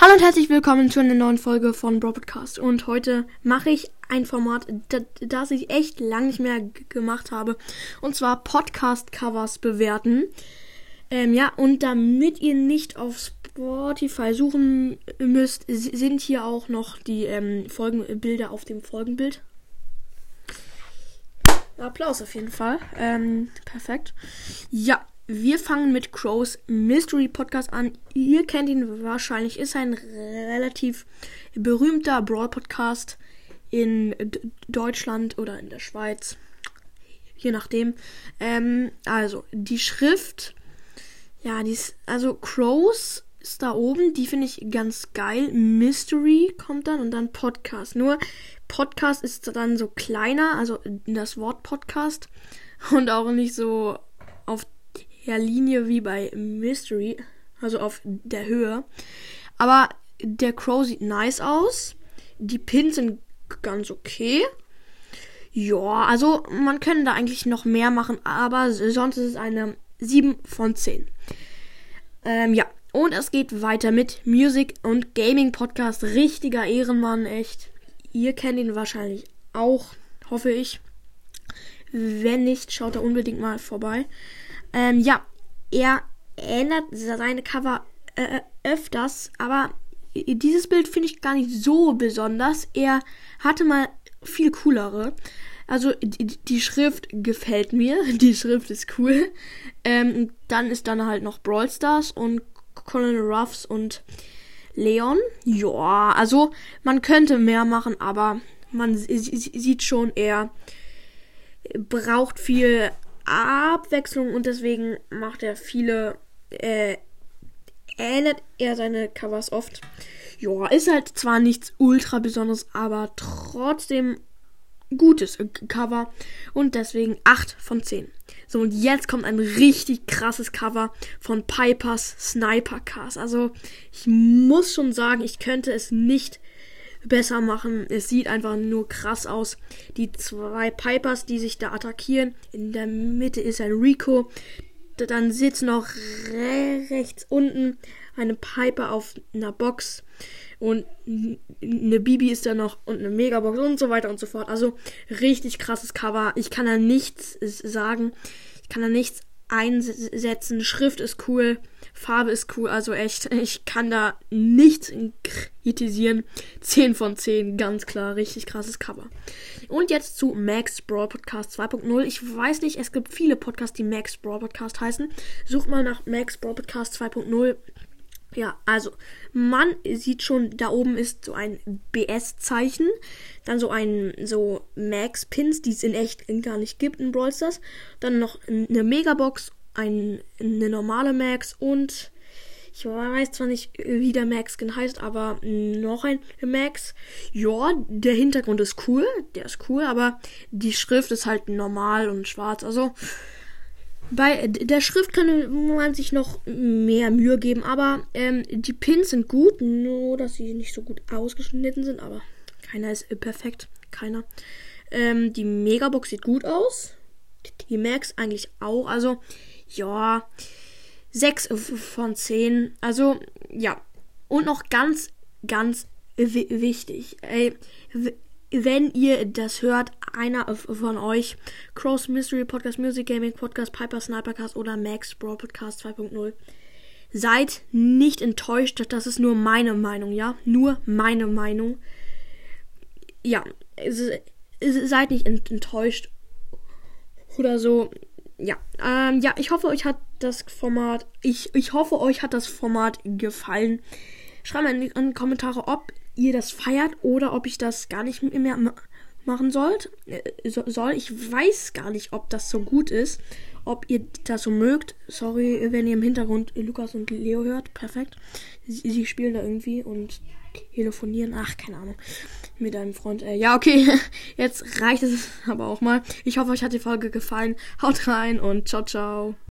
Hallo und herzlich willkommen zu einer neuen Folge von Brawl Podcast. Und heute mache ich ein Format, das ich echt lange nicht mehr gemacht habe. Und zwar Podcast-Covers bewerten. Und damit ihr nicht auf Spotify suchen müsst, sind hier auch noch die Folgenbilder auf dem Folgenbild. Applaus auf jeden Fall. Perfekt. Ja. Wir fangen mit Crows Mystery Podcast an. Ihr kennt ihn wahrscheinlich. Ist ein relativ berühmter Brawl Podcast in Deutschland oder in der Schweiz. Je nachdem. Also, die Schrift. Ja, Crows ist da oben. Die finde ich ganz geil. Mystery kommt dann und dann Podcast. Nur Podcast ist dann so kleiner. Also das Wort Podcast. Und auch nicht so auf der Linie wie bei Mystery, also auf der Höhe. Aber der Crow sieht nice aus. Die Pins sind ganz okay. Ja, also man könnte da eigentlich noch mehr machen, aber sonst ist es eine 7 von 10. Und es geht weiter mit Music und Gaming Podcast. Richtiger Ehrenmann, echt. Ihr kennt ihn wahrscheinlich auch, hoffe ich. Wenn nicht, schaut da unbedingt mal vorbei. Er ändert seine Cover öfters, aber dieses Bild finde ich gar nicht so besonders. Er hatte mal viel coolere. Also die Schrift gefällt mir, die Schrift ist cool. Dann ist dann halt noch Brawl Stars und Colonel Ruffs und Leon. Ja, also man könnte mehr machen, aber man sieht schon, er braucht viel Abwechslung und deswegen macht er viele, ändert er seine Covers oft. Ja, ist halt zwar nichts ultra besonderes, aber trotzdem gutes Cover und deswegen 8 von 10. So, und jetzt kommt ein richtig krasses Cover von Pipers Sniper Cars. Also, ich muss schon sagen, ich könnte es nicht besser machen. Es sieht einfach nur krass aus. Die zwei Pipers, die sich da attackieren. In der Mitte ist ein Rico. Dann sitzt noch rechts unten eine Piper auf einer Box. Und eine Bibi ist da noch und eine Megabox und so weiter und so fort. Also richtig krasses Cover. Ich kann da nichts sagen. Ich kann da nichts einsetzen. Schrift ist cool. Farbe ist cool, also echt, ich kann da nichts kritisieren. 10 von 10, ganz klar, richtig krasses Cover. Und jetzt zu Max Brawl Podcast 2.0. Ich weiß nicht, es gibt viele Podcasts, die Max Brawl Podcast heißen. Sucht mal nach Max Brawl Podcast 2.0. Ja, also, man sieht schon, da oben ist so ein BS-Zeichen. Dann so Max-Pins, die es in echt gar nicht gibt in Brawl Stars. Dann noch eine Megabox, eine normale Max und ich weiß zwar nicht, wie der Max-Skin heißt, aber noch ein Max. Ja, der Hintergrund ist cool, aber die Schrift ist halt normal und schwarz. Also bei der Schrift kann man sich noch mehr Mühe geben, aber die Pins sind gut, nur dass sie nicht so gut ausgeschnitten sind, aber keiner ist perfekt, keiner. Die Megabox sieht gut aus, die Max eigentlich auch, also ja, 6 von 10. Also, ja. Und noch ganz, ganz wichtig. Wenn ihr das hört, einer von euch, Crows Mystery Podcast, Music Gaming Podcast, Piper Sniper Cast oder Max Brawl Podcast 2.0, seid nicht enttäuscht. Das ist nur meine Meinung, ja? Nur meine Meinung. Ja, seid nicht enttäuscht oder so. Ja, ich hoffe, euch hat das Format, ich hoffe, euch hat das Format gefallen. Schreibt mal in die Kommentare, ob ihr das feiert oder ob ich das gar nicht mehr machen soll. Ich weiß gar nicht, ob das so gut ist, ob ihr das so mögt. Sorry, wenn ihr im Hintergrund Lukas und Leo hört. Perfekt. Sie spielen da irgendwie und telefonieren. Ach, keine Ahnung. Mit einem Freund. Ja, okay. Jetzt reicht es aber auch mal. Ich hoffe, euch hat die Folge gefallen. Haut rein und ciao, ciao.